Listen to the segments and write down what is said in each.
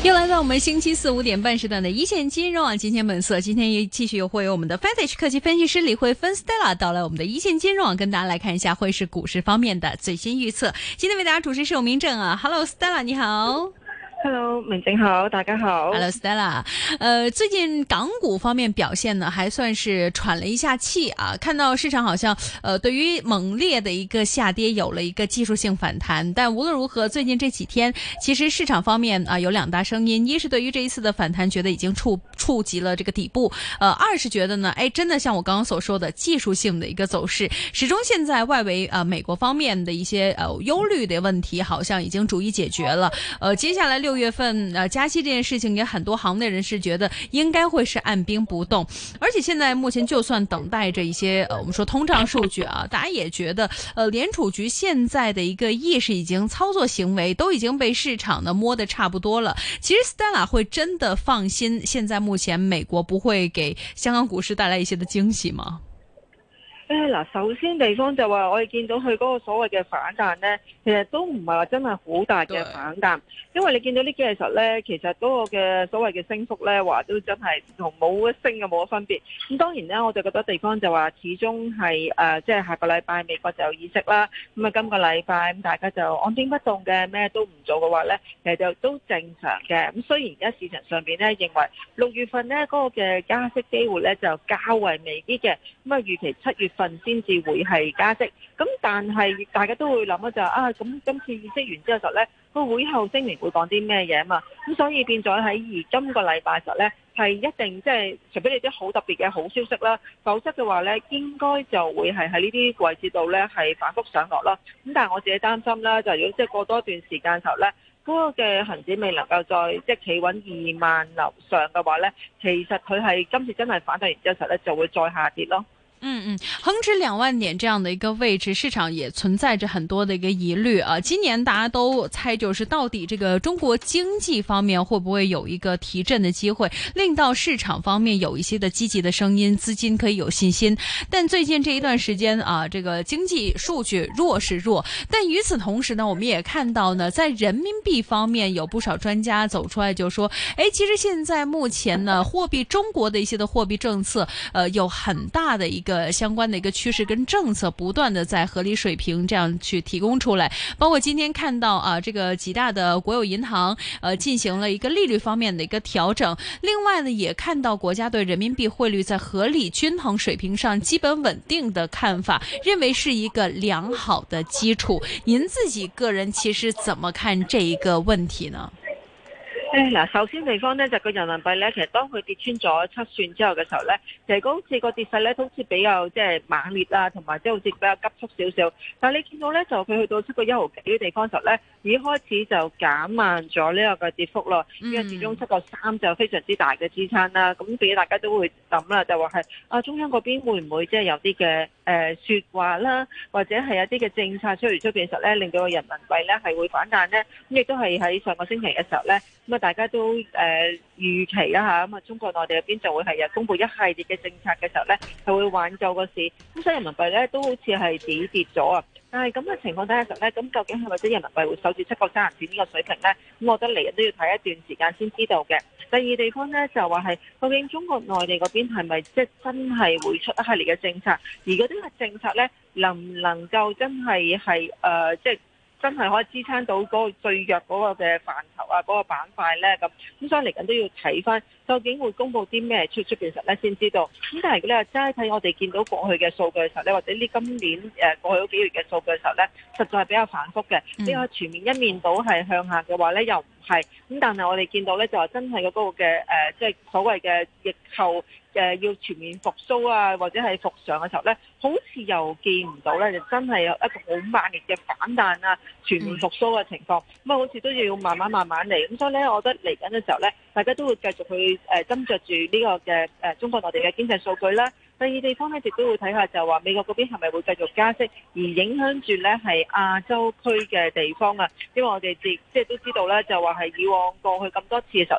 又来到我们星期四5点半时段的一线金融今天本色，今天也继续会有我们的 Vantage 科技分析师李慧芬 Stella 到来我们的一线金融跟大家来看一下汇市股市方面的最新预测。今天为大家主持是我明正啊 ，Hello Stella 你好。 Hello， 明正好，大家好。 Hello Stella， 最近港股方面表现呢还算是喘了一下气啊，看到市场好像对于猛烈的一个下跌有了一个技术性反弹，但无论如何，最近这几天其实市场方面有两大声音，一是对于这一次的反弹觉得已经触及了这个底部，二是觉得呢，真的像我刚刚所说的技术性的一个走势，始终现在外围美国方面的一些忧虑的问题好像已经逐一解决了，接下来6月份加息这件事情也很多行内人士觉得应该会是按兵不动，而且现在目前就算等待着一些我们说通胀数据啊，大家也觉得联储局现在的一个意识已经操作行为都已经被市场呢摸得差不多了。其实 Stella 会真的放心现在目前美国不会给香港股市带来一些的惊喜吗？ 嗱，首先地方就話我哋見到佢嗰個所謂嘅反彈呢，其實都唔係話真係好大嘅反彈，因為你見到呢幾日實呢，其實嗰個嘅所謂嘅升幅呢，話都真係同冇一升嘅冇乜分別。咁當然呢，我就覺得地方就話始終係即係下個禮拜美國就有議息啦，咁啊今個禮拜咁大家就按兵不動嘅，咩都唔做嘅話呢，其實就都正常嘅。咁雖然而家市場上邊呢，認為6月份呢嗰個嘅加息機會呢，就較為微啲嘅，咁啊預期7月份先至會係加息，咁但係大家都會諗就咁今次議息完之後實咧個會後聲明會講啲咩嘢啊嘛，咁所以變咗喺今個禮拜實咧係一定即係除非你啲好特別嘅好消息啦，否則嘅話咧應該就會係喺呢啲位置度咧係反覆上落啦。咁但係我自己擔心啦，就如果即係過多一段時間時候咧，嗰個嘅恆指未能夠再即係企穩2萬樓上嘅話咧，其實佢係今次真係反彈完之後實咧就會再下跌咯。 恒指2萬點這樣的一個位置，市場也存在着很多的一個疑慮啊。今年大家都猜，就是到底這個中國經濟方面會不會有一個提振的機會，令到市場方面有一些的積極的聲音，資金可以有信心。但最近這一段時間啊，這個經濟數據弱是弱，但與此同時呢，我們也看到呢，在人民幣方面有不少專家走出來就說，其實現在目前呢，中國的一些的貨幣政策，有很大的一個相關的一個趨勢跟政策不斷的在合理水平這樣去提供出來，包括今天看到這個幾大的國有銀行進行了一個利率方面的一個調整，另外呢也看到國家對人民幣匯率在合理均衡水平上基本穩定的看法，認為是一個良好的基礎。您自己個人其實怎麼看這一個問題呢？ 嗱，首先地方咧就個人民幣咧，其實當佢跌穿咗7算之後嘅時候咧，其實好似個跌勢咧，好似比較即係猛烈啊，同埋即係好似比較急速少少。但係你見到咧，就佢去到7個1毫幾嘅地方時候咧，已經開始就減慢咗呢個嘅跌幅咯。因為始終7個3就非常之大嘅支撐啦。咁俾大家都會諗啦，就話係中央嗰邊會唔會即係有啲嘅説話啦，或者係有啲嘅政策出邊嘅時候咧，令到個人民幣咧係會反彈咧。咁亦都係喺上個星期嘅時候咧，咁大家都預期啦嚇，咁中國內地入邊就會係公布一系列嘅政策嘅時候咧，係會挽救個市，咁所以人民幣咧都好似係止跌咗啊！但係咁嘅情況底下實咧，咁究竟係咪即人民幣會守住7個3毫紙呢個水平咧？咁我覺得嚟緊都要睇一段時間先知道嘅。第二地方咧就話係究竟中國內地嗰邊係咪即係真係會出一系列嘅政策，而嗰啲嘅政策咧能唔能夠真係即係真係可以支撐到嗰個最弱嗰個嘅範疇啊，嗰個板塊咧咁所以嚟緊都要睇翻究竟會公布啲咩出邊實咧先知道。咁但係如果你話齋睇我哋見到過去嘅數據嘅時候咧，或者呢今年過去嗰幾月嘅數據嘅時候咧，實在係比較反覆嘅。比較全面一面倒係向下嘅話咧，又唔係咁，但係我哋見到咧就話真係嗰個嘅即係所謂嘅疫後要全面復甦啊，或者係復常嘅時候咧，好似又見唔到咧，就真係有一個好猛烈嘅反彈啊，全面復甦嘅情況，咁好似都要慢慢嚟。咁所以咧，我覺得嚟緊嘅時候咧，大家都會繼續去斟酌住呢個嘅中國內地嘅經濟數據啦。第二地方咧，亦都會睇下就話美國嗰邊係咪會繼續加息，而影響住咧係亞洲區嘅地方啊。因為我哋即係都知道咧，就話係以往過去咁多次嘅時候咧，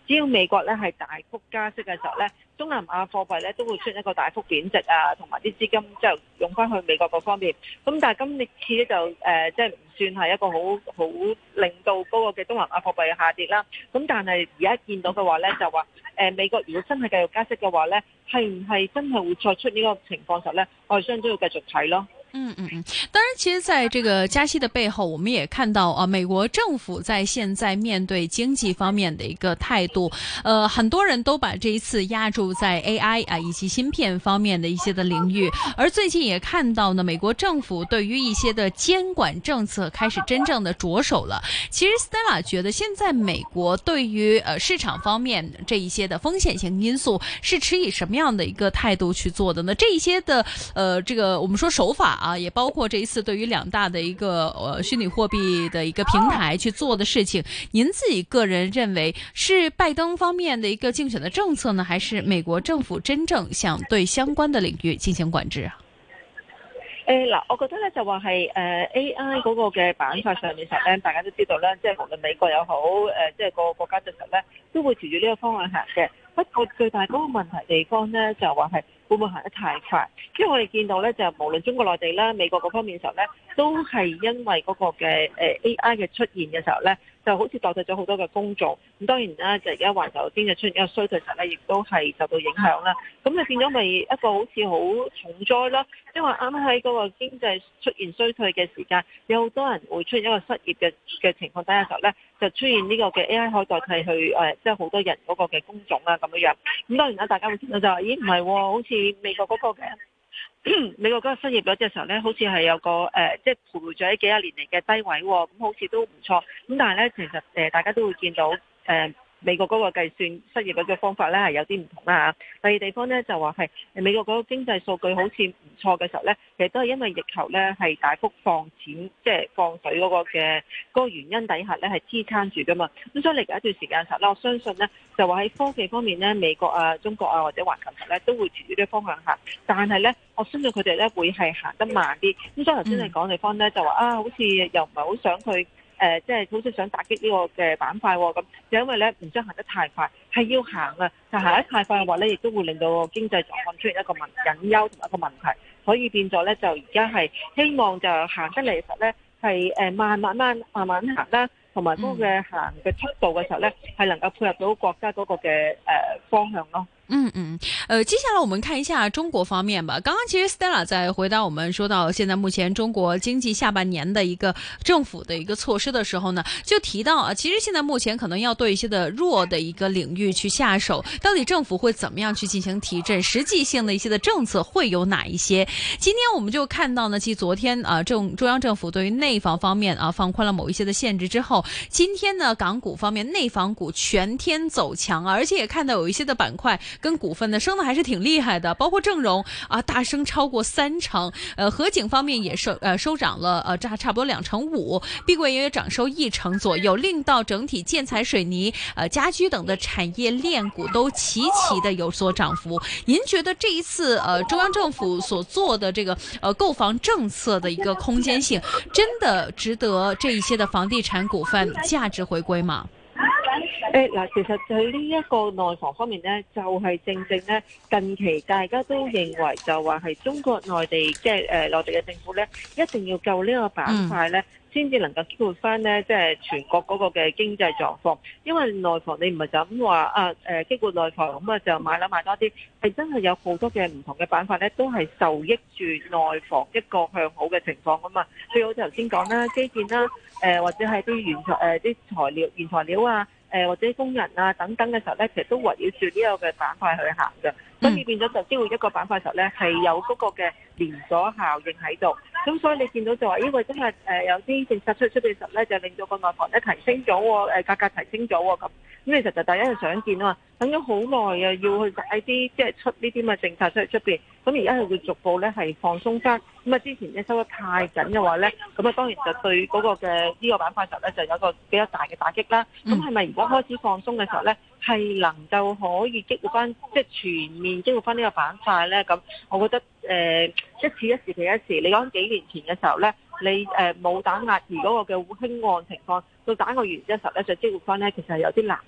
只要美國咧係大幅加息嘅時候咧，中南亞貨幣咧都會出現一個大幅貶值啊，同埋啲資金即係用翻去美國嗰方面。咁但係今次咧就即係唔算係一個好令到嗰個嘅東南亞貨幣下跌啦。咁但係而家見到嘅話咧，就話美國如果真係繼續加息嘅話咧，係唔係真係會再出呢個情況時候咧，我哋相信都要繼續睇咯。 當然，其實在這個加息的背後，我們也看到啊，美國政府在現在面對經濟方面的一個態度，很多人都把這一次押注在 AI 啊以及芯片方面的一些的領域，而最近也看到呢，美國政府對於一些的監管政策開始真正的着手了。其實 Stella 覺得，現在美國對於市場方面這一些的風險性因素，是持以什麼樣的一個態度去做的呢？這一些的這個我們說手法啊，也包括這一次對於兩大的一個虛擬貨幣的一個平台去做的事情，您自己個人認為是拜登方面的一個競選的政策呢，還是美國政府真正想對相關的領域進行管制啊？ 嗱，我覺得咧就話係AI 嗰個嘅板塊上面實咧，大家都知道咧，即係無論美國又好，即係個國家嘅實咧，都會朝住呢個方向行嘅。不過最大嗰個問題地方咧，就話係會唔會行得太快？因為我哋見到咧，就無論中國內地啦、美國嗰方面嘅時候咧，都係因為嗰個嘅AI 嘅出現嘅時候咧，就好似代替咗好多嘅工作。咁當然啦，就而家環球經濟出現一個衰退時候咧，亦都係受到影響啦。咁就變咗咪一個好似好重災啦。因為啱啱喺嗰個經濟出現衰退嘅時間，有好多人會出現一個失業嘅情況底下時候咧，就出現呢個嘅 AI 可以代替去即係好多人嗰個嘅工種啊咁樣樣。咁當然啦，大家會見到就話，咦唔係喎，好似美國嗰個嘅美國嗰個失業率嘅時候咧，好似係有個即係徘徊咗喺幾廿年嚟嘅低位喎，咁好似都唔錯。咁但係咧，其實大家都會見到美國嗰個計算失業率嘅方法咧係有啲唔同啦嚇。第二地方咧就話係美國嗰個經濟數據好似唔錯嘅時候咧，其實都係因為疫後咧係大幅放錢，即係放水嗰個原因底下咧係支撐住噶嘛。咁所以嚟緊一段時間嘅時候咧，我相信咧就話喺科技方面咧，美國啊、中國啊或者環球實咧都會朝住呢個方向行，但係咧我相信佢哋咧會係行得慢啲。咁所以頭先你講地方咧就話啊，好似又唔係好想去。即係好似想打擊呢個嘅板塊喎，咁就因為咧唔想行得太快，係要行啊，但行得太快嘅話咧，亦都會令到個經濟狀況出現一個隱憂同一個問題，所以變咗咧就而家係希望就行得嚟實咧係慢慢行啦，同埋嗰個嘅行嘅速度嘅時候咧係能夠配合到國家嗰個嘅方向咯。 接下來我們看一下中國方面吧。剛剛其實 Stella 在回答我們說到現在目前中國經濟下半年的一個政府的一個措施的時候呢，就提到啊，其實現在目前可能要對一些的弱的一個領域去下手，到底政府會怎麼樣去進行提振？實際性的一些的政策會有哪一些？今天我們就看到呢，其實昨天啊，中央政府對於內房方面啊放寬了某一些的限制之後，今天呢港股方面內房股全天走強啊，而且也看到有一些的板塊跟股份呢升得還是挺厲害的，包括正榮啊大升超過30%，合景方面也收漲了差不多2.5%，碧桂園也漲收1%左右，令到整體建材、水泥、家居等的產業鏈股都齊齊的有所漲幅。您覺得這一次中央政府所做的這個購房政策的一個空間性，真的值得這一些的房地產股份價值回歸嗎？ 嗱，其實喺呢一個內房方面咧，就係正正咧，近期大家都認為就話係中國內地即係內地嘅政府咧，一定要救呢個板塊咧，先至能夠激活翻咧，即係全國嗰個嘅經濟狀況。因為內房你唔係就咁話啊激活內房咁啊就買樓買多啲，係真係有好多嘅唔同嘅板塊咧，都係受益住內房一個向好嘅情況噶嘛。譬如我頭先講啦，基建啦，或者係啲原材料啊。或者工人啊等等嘅時候咧，其實都圍繞住呢個嘅板塊去行嘅，所以變咗就機會一個板塊時候咧係有嗰個嘅連鎖效應喺度。咁所以你見到就話，因為真係有啲政策出嘅時候咧，就令到個內房咧提升咗喎，價格提升咗喎咁。咁其實就大家係想見啊嘛，等咗好耐啊，要去帶啲即係出呢啲咁嘅政策出嚟出邊。咁而家係會逐步咧係放鬆翻。咁啊之前咧收得太緊嘅話咧，咁啊當然就對嗰個嘅呢個板塊時候咧就有一個比較大嘅打擊啦。咁係咪而家開始放鬆嘅時候咧，係能夠可以激活翻，即係全面激活翻呢個板塊咧？咁我覺得一次一時期一時。你講幾年前嘅時候咧，你冇打壓而嗰個嘅興旺情況，到打壓完之後咧就激活翻咧，其實係有啲難度。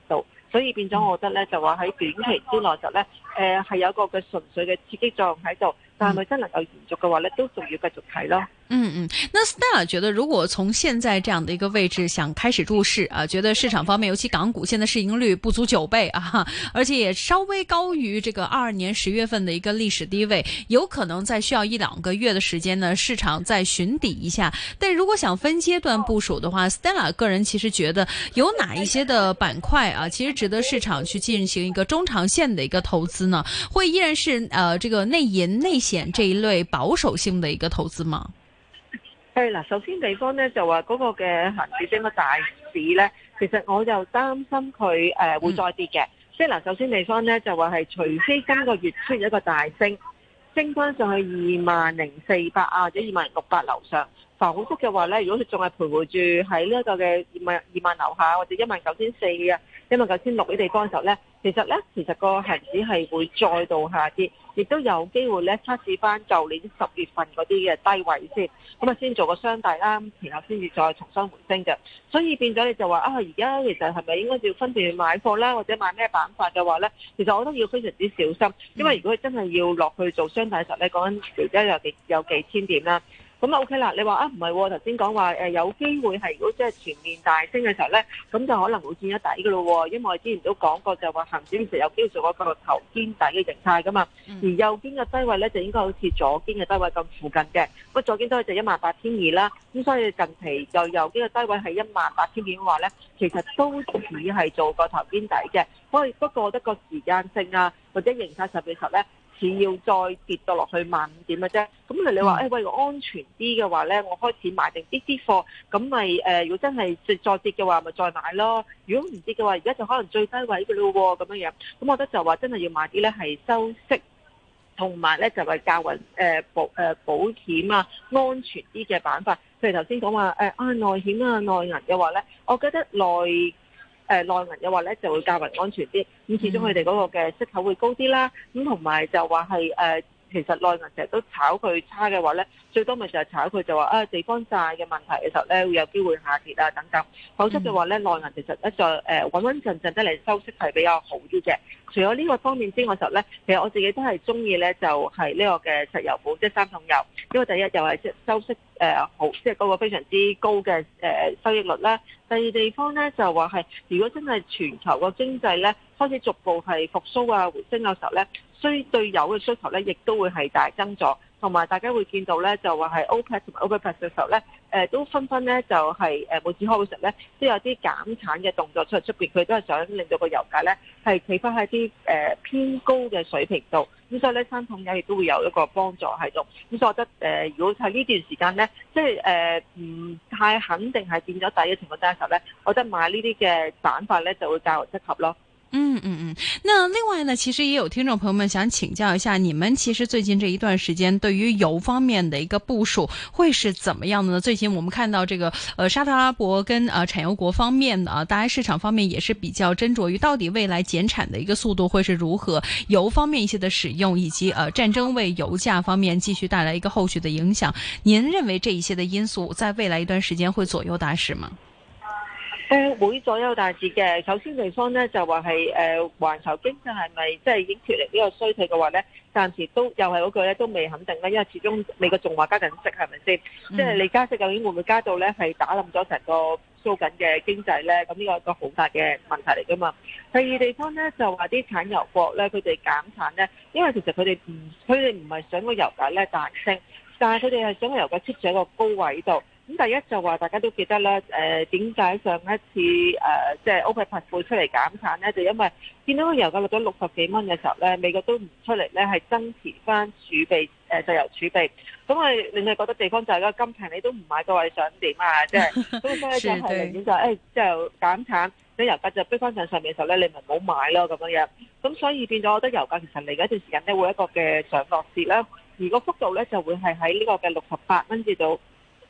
所以變咗我覺得咧就話喺短期之內就咧係有一個嘅純粹嘅刺激作用喺度，但係咪真能夠延續嘅話咧，都仲要繼續睇咯。 那 Stella 覺得如果從現在這樣的一個位置想開始入市啊，覺得市場方面，尤其港股現在市盈率不足9倍啊，而且也稍微高於這個22年10月份的一個歷史低位，有可能再需要1-2個月的時間呢，市場再尋底一下。但如果想分階段部署的話，Stella 個人其實覺得有哪一些的板塊啊，其實值得市場去進行一個中長線的一個投資呢？會依然是這個內銀內險這一類保守性的一個投資嗎？ 嗱，首先地方咧就話嗰個嘅恆指升個大市咧，其實我就擔心佢會再跌嘅。即係嗱，首先地方咧就話係除非今個月出現一個大升翻上去20,400啊，或者20,600樓上，否則嘅話咧，如果佢仲係徘徊住喺呢一個嘅2萬樓下，或者19,400啊、19,600呢地方嘅時候咧，其實個恆指係會再度下跌，亦都有機會咧測試翻舊年10月份嗰啲嘅低位先，咁啊先做個雙底啦，然後先至再重新回升嘅。所以變咗你就話啊，而家其實係咪應該要分別買貨啦，或者買咩板塊嘅話咧，其實我覺得要非常之小心，因為如果佢真係要落去做雙底嘅時候咧，講緊而家有幾千點啦。咁啊 OK 啦，你話啊唔係喎，頭先講話有機會係如果即係全面大升嘅時候咧，咁就可能會見咗底嘅咯喎，因為我之前都講過就話恆指其實有機會做一個頭肩底嘅形態噶嘛，而右肩嘅低位咧就應該好似左肩嘅低位咁附近嘅，不過左肩低位就18,200啦，咁所以近期就右肩嘅低位係18,000點嘅話咧，其實都只係做個頭肩底嘅，不過我覺得個時間性啊或者形態上嘅時候咧，似要再跌到落去15,000點嘅啫，咁你話喂，安全啲嘅話咧，我開始買定啲貨，咁咪如果真係再跌嘅話，咪再買咯。如果唔跌嘅話，而家就可能最低位嘅咯喎，咁樣樣。咁我覺得就話真係要買啲咧係收息，同埋咧就係較為保險啊安全啲嘅板塊。譬如頭先講話內險啊內銀嘅話咧，我覺得內銀嘅話咧就會較為安全啲，咁始終佢哋嗰個嘅息口會高啲啦，咁同埋就話係其實內銀成日都炒佢差嘅話咧，最多咪就係炒佢就話地方債嘅問題嘅時候咧會有機會下跌啊等等，否則嘅話咧內銀其實咧就穩穩陣陣得嚟收息係比較好啲嘅。除咗呢個方面之外嘅時候咧，其實我自己都係中意咧就係呢個嘅石油股，即係三桶油，因為第一又係即係收息好，即係嗰個非常之高嘅收益率啦。第二地方咧就話係如果真係全球個經濟咧開始逐步係復甦啊回升嘅時候咧，對油嘅需求咧亦都會係大增咗，同埋大家會見到咧就話係 OPEC 同埋 OPEC+ 嘅時候咧，都紛紛咧就係每次開會時候咧都有啲減產嘅動作出邊，佢都係想令到個油價咧係企翻喺啲偏高嘅水平度，咁所以咧三桶油亦都會有一個幫助喺度。咁所以我覺得如果喺呢段時間咧，即係唔太肯定係變咗底嘅情況底下嘅時候咧，我覺得買呢啲嘅板塊咧就會較為適合咯。 那另外呢，其實也有聽眾朋友們想請教一下，你們其實最近這一段時間對於油方面的一個部署會是怎麼樣的呢？最近我們看到這個沙特阿拉伯跟產油國方面呢，大家市場方面也是比較斟酌於到底未來減產的一個速度會是如何，油方面一些的使用以及戰爭為油價方面繼續帶來一個後續的影響，您認為這一些的因素在未來一段時間會左右大市嗎？ 會左右大市嘅。首先地方咧就話係環球經濟係咪即係已經脫離呢個衰退嘅話咧，暫時都又係嗰句咧都未肯定啦，因為始終美國仲話加緊息係咪先？即係你加息究竟會唔會加到咧係打冧咗成個蘇緊嘅經濟咧？咁呢個係一個好大嘅問題嚟噶嘛。第二地方咧就話啲產油國咧佢哋減產咧，因為其實佢哋唔係想個油價咧大升，但係佢哋係想個油價 keep 住喺個高位度。咁第一就話大家都記得啦，點解上一次即係 OPEC+ 會出嚟減產咧？就因為見到個油價落咗60幾蚊嘅時候咧，美國都唔出嚟咧係增持翻儲備石油儲備，咁啊令你覺得地方就係個咁平你都唔買嘅話，你想點啊？即係咁所以就係寧願就即係減產，啲油價就逼翻上面嘅時候咧，你咪唔好買咯咁樣。咁所以變咗，我覺得油價其實嚟緊一段時間咧會一個嘅上落市啦，而個幅度咧就會係喺呢個嘅68蚊至到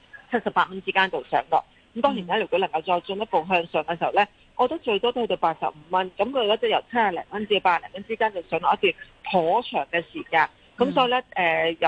78蚊之間度上落，咁當然咧，如果能夠再進一步向上嘅時候咧，我覺得最多都去到85蚊，咁佢嗰隻由70零蚊至80零蚊之間就上落一段頗長嘅時間，咁所以咧由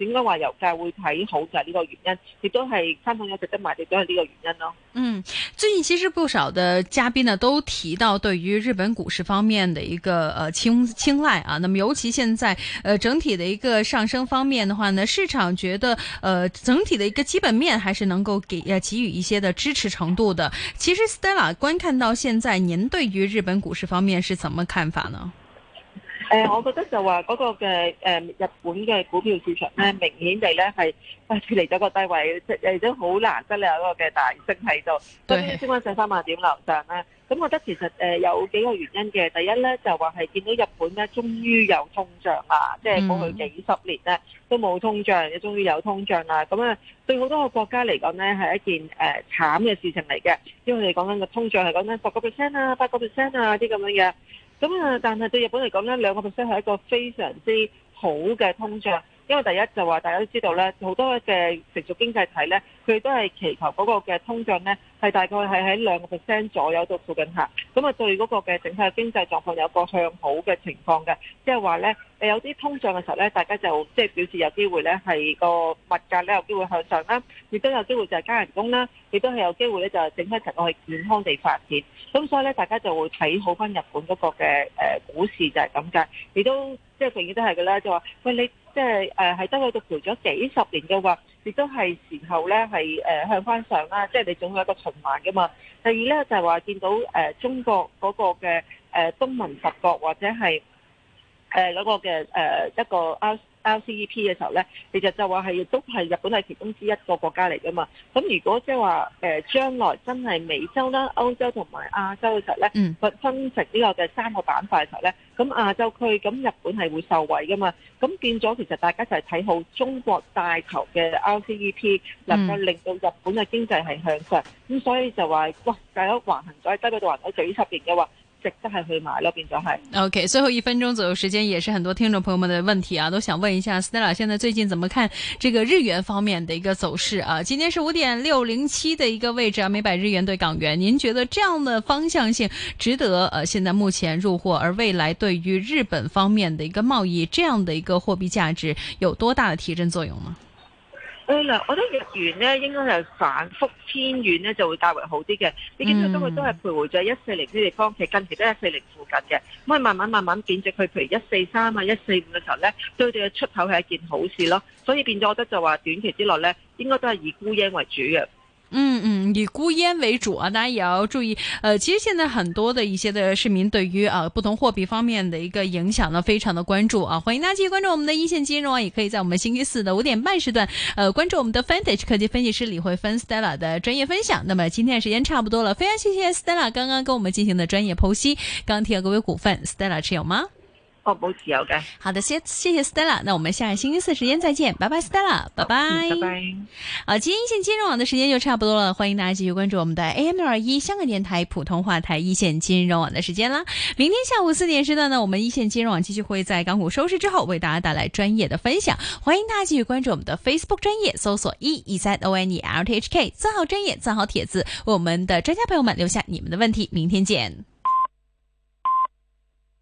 點解話油價會睇好就係呢個原因，亦都係三桶油值得買，亦都係呢個原因咯。 最近其實不少的嘉賓呢都提到對於日本股市方面的一個青睞啊，那麼尤其現在整體的一個上升方面的話呢，市場覺得整體的一個基本面還是能夠給予一些的支持程度的。其實 Stella 觀看到現在，您對於日本股市方面是怎麼看法呢？ 我覺得就話嗰個嘅日本嘅股票市場咧，明顯地咧係脫離咗個低位，亦都好難得有一個嘅大升喺度，所以升翻上3萬點樓上咧。咁我覺得其實有幾個原因嘅。第一咧就話係見到日本咧終於有通脹啦，即係過去幾十年咧都冇通脹，終於有通脹啦。咁啊對好多個國家嚟講咧係一件慘嘅事情嚟嘅，因為我哋講緊個通脹係講緊10% 啊、8% 啊啲咁樣嘅。咁啊，但係對日本嚟講咧，2% 係一個非常之好嘅通脹，因為第一就話大家都知道咧，好多嘅成熟經濟體咧，佢都係祈求嗰個嘅通脹咧係大概係喺2% 左右到附近下，咁啊對嗰個嘅整體嘅經濟狀況有個向好嘅情況嘅，即係話咧有啲通脹嘅時候咧，大家就即係表示有機會咧係個物價咧有機會向上啦，亦都有機會就係加人工啦，亦都係有機會咧就係整體情況係健康地發展，咁所以咧大家就會睇好翻日本嗰個嘅股市就係咁解，亦都即係永遠都係嘅啦，就話喂你即係係得喺度陪咗幾十年嘅話，亦都係時候咧係向翻上啦，即係你總有一個循環嘅嘛。第二咧就係話見到中國嗰個嘅東盟十國或者係嗰個嘅一個RCEP 嘅時候咧，其實就話係亦都係日本係其中之一個國家嚟噶嘛。咁如果即係話將來真係美洲啦、歐洲同埋亞洲嘅時候咧，分成呢個嘅3個板塊嘅時候咧，咁亞洲區咁日本係會受惠噶嘛。咁變咗其實大家就係睇好中國帶頭嘅 RCEP 能夠令到日本嘅經濟係向上，咁所以就話哇，大家橫行咗喺低嗰度橫咗幾十年嘅話，值得係去買咯，變咗係。 OK， 最後1分鐘左右時間，也是很多聽眾朋友們的問題啊，都想問一下 Stella， 現在最近怎麼看這個日元方面的一個走勢啊？今天是5.607的一個位置啊，每百日元對港元，您覺得這樣的方向性值得現在目前入貨，而未來對於日本方面的一個貿易，這樣的一個貨幣價值有多大的提振作用呢？ 嗱，我覺得日元咧應該係反覆偏軟咧就會較為好啲嘅。你見到佢都係徘徊在140呢地方，其實近期都係140附近嘅，咁慢慢貶值去，譬如143啊、145嘅時候咧，對佢哋嘅出口係一件好事咯。所以變咗，我覺得就話短期之內咧，應該都係以沽yen為主嘅。 以沽yen為主啊，大家也要注意。其實現在很多的一些的市民對於不同貨幣方面的一個影響呢，非常的關注啊。歡迎大家繼續關注我們的一線金融啊，也可以在我們星期四的5點半時段，關注我們的 Vantage 科技分析師李慧芬 Stella 的專業分享。那麼今天的時間差不多了，非常謝謝 Stella 剛剛跟我們進行的專業剖析。剛剛提到各位股份 ，Stella 持有嗎？ 冇持有嘅。 好的，謝謝 Stella， 那我們下個星期四時間再見，拜拜 Stella， 拜拜。 拜拜。 好，今天一線金融網的時間就差不多了，歡迎大家繼續關注我們的 AM621香港電台普通話台一線金融網的時間啦。明天下午4點時段呢，我們一線金融網繼續會在港股收市之後為大家帶來專業的分享，歡迎大家繼續關注我們的 Facebook 專頁，搜索123ONELTHK， 做好專業，做好帖子，為我們的專家朋友們留下你們的問題，明天見。